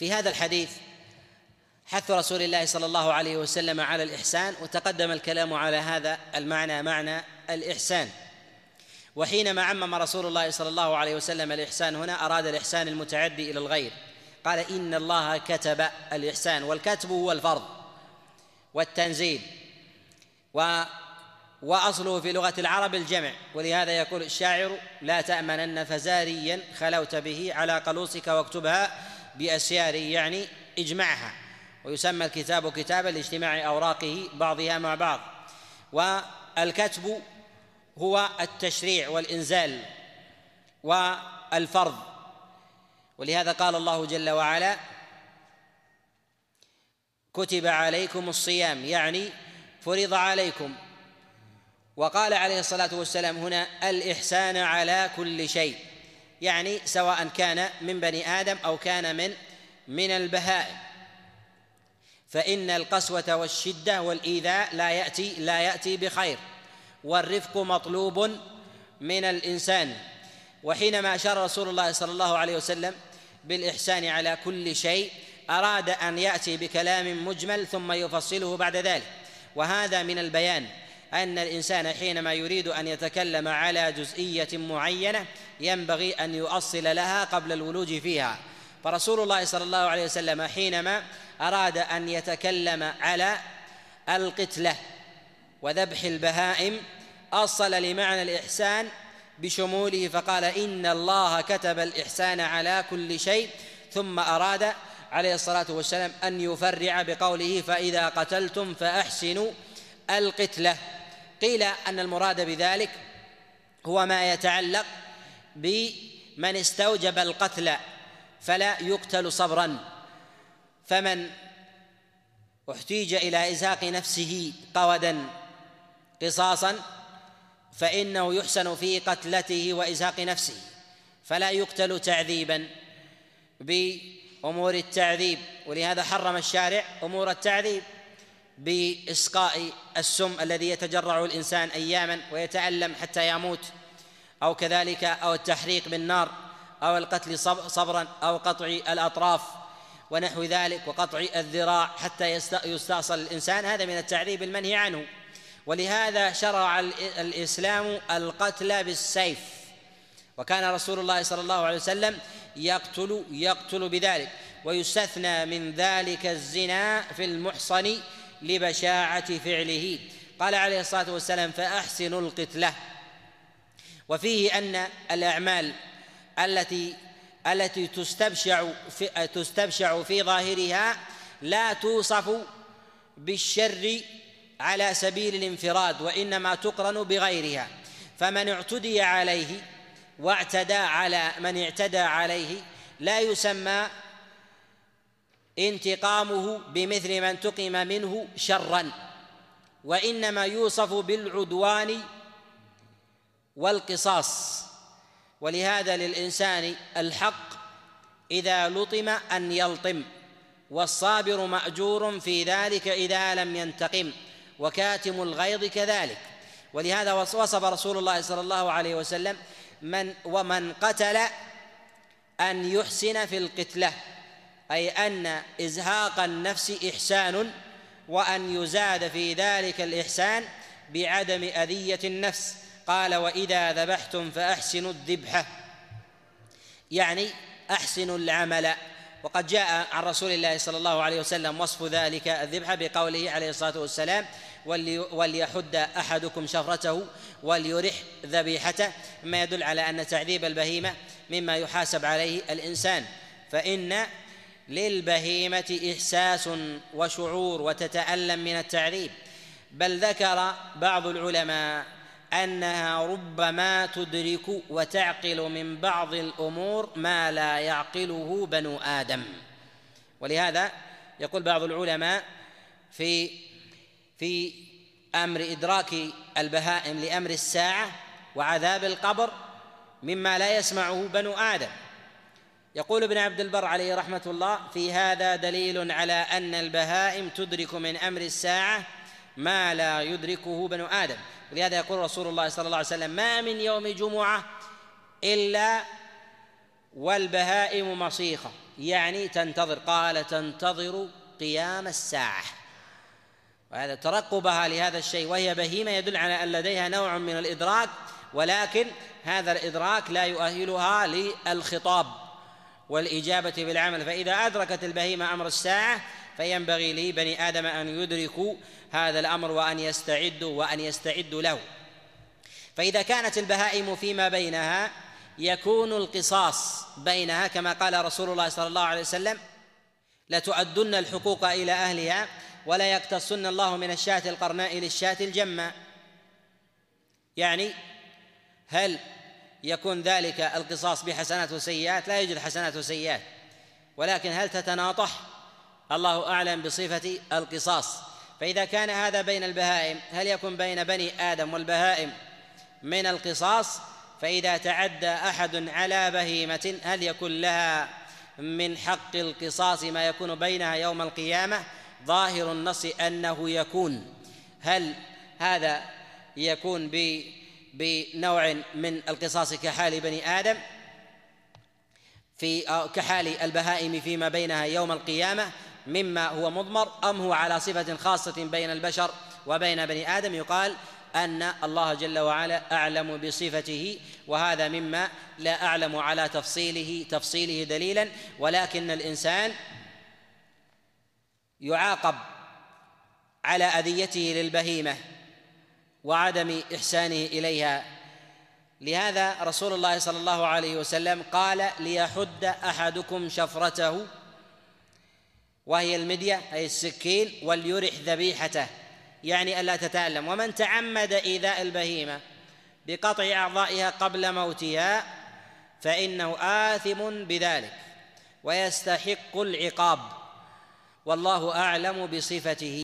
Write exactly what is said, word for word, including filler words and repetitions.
في هذا الحديث حث رسول الله صلى الله عليه وسلم على الإحسان، وتقدم الكلام على هذا المعنى معنى الإحسان. وحينما عمم رسول الله صلى الله عليه وسلم الإحسان هنا أراد الإحسان المتعدي إلى الغير، قال إن الله كتب الإحسان، والكتب هو الفرض والتنزيل، و وأصله في لغة العرب الجمع، ولهذا يقول الشاعر لا تأمنن فزاريا خلوت به على قلوصك واكتبها بأسياري، يعني اجمعها. ويسمى الكتاب كتابا لاجتماع أوراقه بعضها مع بعض. والكتب هو التشريع والإنزال والفرض، ولهذا قال الله جل وعلا كتب عليكم الصيام، يعني فرض عليكم. وقال عليه الصلاة والسلام هنا الإحسان على كل شيء، يعني سواء كان من بني آدم أو كان من من البهائم، فإن القسوة والشدة والإيذاء لا يأتي لا يأتي بخير، والرفق مطلوب من الإنسان. وحينما أشار رسول الله صلى الله عليه وسلم بالإحسان على كل شيء أراد أن يأتي بكلام مجمل ثم يفصله بعد ذلك، وهذا من البيان أن الإنسان حينما يريد أن يتكلم على جزئية معينة ينبغي أن يؤصل لها قبل الولوج فيها. فرسول الله صلى الله عليه وسلم حينما أراد أن يتكلم على القتلة وذبح البهائم أصل لمعنى الإحسان بشموله، فقال إن الله كتب الإحسان على كل شيء، ثم أراد عليه الصلاة والسلام أن يفرع بقوله فإذا قتلتم فأحسنوا القتلة. قيل أن المراد بذلك هو ما يتعلق بمن استوجب القتل فلا يقتل صبرا، فمن احتيج إلى إزهاق نفسه قودا قصاصا فإنه يحسن في قتلته وإزهاق نفسه، فلا يقتل تعذيبا بأمور التعذيب. ولهذا حرم الشارع أمور التعذيب بإسقاء السم الذي يتجرع الإنسان أياما ويتألم حتى يموت، أو كذلك أو التحريق بالنار، أو القتل صبرا، أو قطع الأطراف ونحو ذلك، وقطع الذراع حتى يستأصل الإنسان، هذا من التعذيب المنهي عنه. ولهذا شرع الإسلام القتل بالسيف، وكان رسول الله صلى الله عليه وسلم يقتل يقتل بذلك. ويستثنى من ذلك الزنا في المحصن لبشاعة فعله، قال عليه الصلاة والسلام فأحسنوا القتلة. وفيه أن الأعمال التي التي تستبشع في, تستبشع في ظاهرها لا توصف بالشر على سبيل الانفراد، وإنما تقرن بغيرها. فمن اعتدي عليه واعتدى على من اعتدى عليه لا يسمى انتقامه بمثل من انتقم منه شرا، وإنما يوصف بالعدوان والقصاص. ولهذا للإنسان الحق إذا لطم أن يلطم، والصابر مأجور في ذلك إذا لم ينتقم، وكاتم الغيظ كذلك. ولهذا وصف رسول الله صلى الله عليه وسلم من ومن قتل أن يحسن في القتلة، أي أن إزهاق النفس إحسان، وأن يزاد في ذلك الإحسان بعدم أذية النفس. قال وإذا ذبحتم فأحسنوا الذبحة، يعني أحسنوا العمل. وقد جاء عن رسول الله صلى الله عليه وسلم وصف ذلك الذبحة بقوله عليه الصلاة والسلام وليحد أحدكم شفرته وليرح ذبيحته، مما يدل على أن تعذيب البهيمة مما يحاسب عليه الإنسان، فإن للبهيمة إحساس وشعور وتتألم من التعذيب. بل ذكر بعض العلماء أنها ربما تدرك وتعقل من بعض الأمور ما لا يعقله بنو آدم. ولهذا يقول بعض العلماء في في أمر إدراك البهائم لأمر الساعة وعذاب القبر مما لا يسمعه بنو آدم. يقول ابن عبد البر عليه رحمة الله في هذا دليل على أن البهائم تدرك من أمر الساعة ما لا يدركه بنو آدم. ولهذا يقول رسول الله صلى الله عليه وسلم ما من يوم جمعة إلا والبهائم مصيخة، يعني تنتظر، قال تنتظر قيام الساعة، وهذا ترقبها لهذا الشيء، وهي بهيمة يدل على أن لديها نوع من الإدراك، ولكن هذا الإدراك لا يؤهلها للخطاب والإجابة بالعمل. فإذا أدركت البهيمة أمر الساعة فينبغي لبني آدم أن يدركوا هذا الأمر وأن يستعدوا وأن يستعدوا له. فإذا كانت البهائم فيما بينها يكون القصاص بينها، كما قال رسول الله صلى الله عليه وسلم: لتؤدن الحقوق إلى أهلها ولا يقتصن الله من الشاة القرناء للشاة الجماء. يعني هل يكون ذلك القصاص بحسنات وسيئات؟ لا يوجد حسنات وسيئات، ولكن هل تتناطح؟ الله أعلم بصفة القصاص. فإذا كان هذا بين البهائم، هل يكون بين بني آدم والبهائم من القصاص؟ فإذا تعدى أحد على بهيمة هل يكون لها من حق القصاص ما يكون بينها يوم القيامة؟ ظاهر النص أنه يكون. هل هذا يكون بنوع من القصاص كحال بني آدم في كحال البهائم فيما بينها يوم القيامة مما هو مضمر، أم هو على صفة خاصة بين البشر وبين بني آدم؟ يقال أن الله جل وعلا أعلم بصفته، وهذا مما لا أعلم على تفصيله تفصيله دليلا، ولكن الإنسان يعاقب على أذيته للبهيمة وعدم إحسانه إليها. لهذا رسول الله صلى الله عليه وسلم قال: ليحد أحدكم شفرته، وهي المدية أي السكين، وليرح ذبيحته، يعني ألا تتألم. ومن تعمد إيذاء البهيمة بقطع أعضائها قبل موتها فإنه آثم بذلك ويستحق العقاب، والله أعلم بصفته.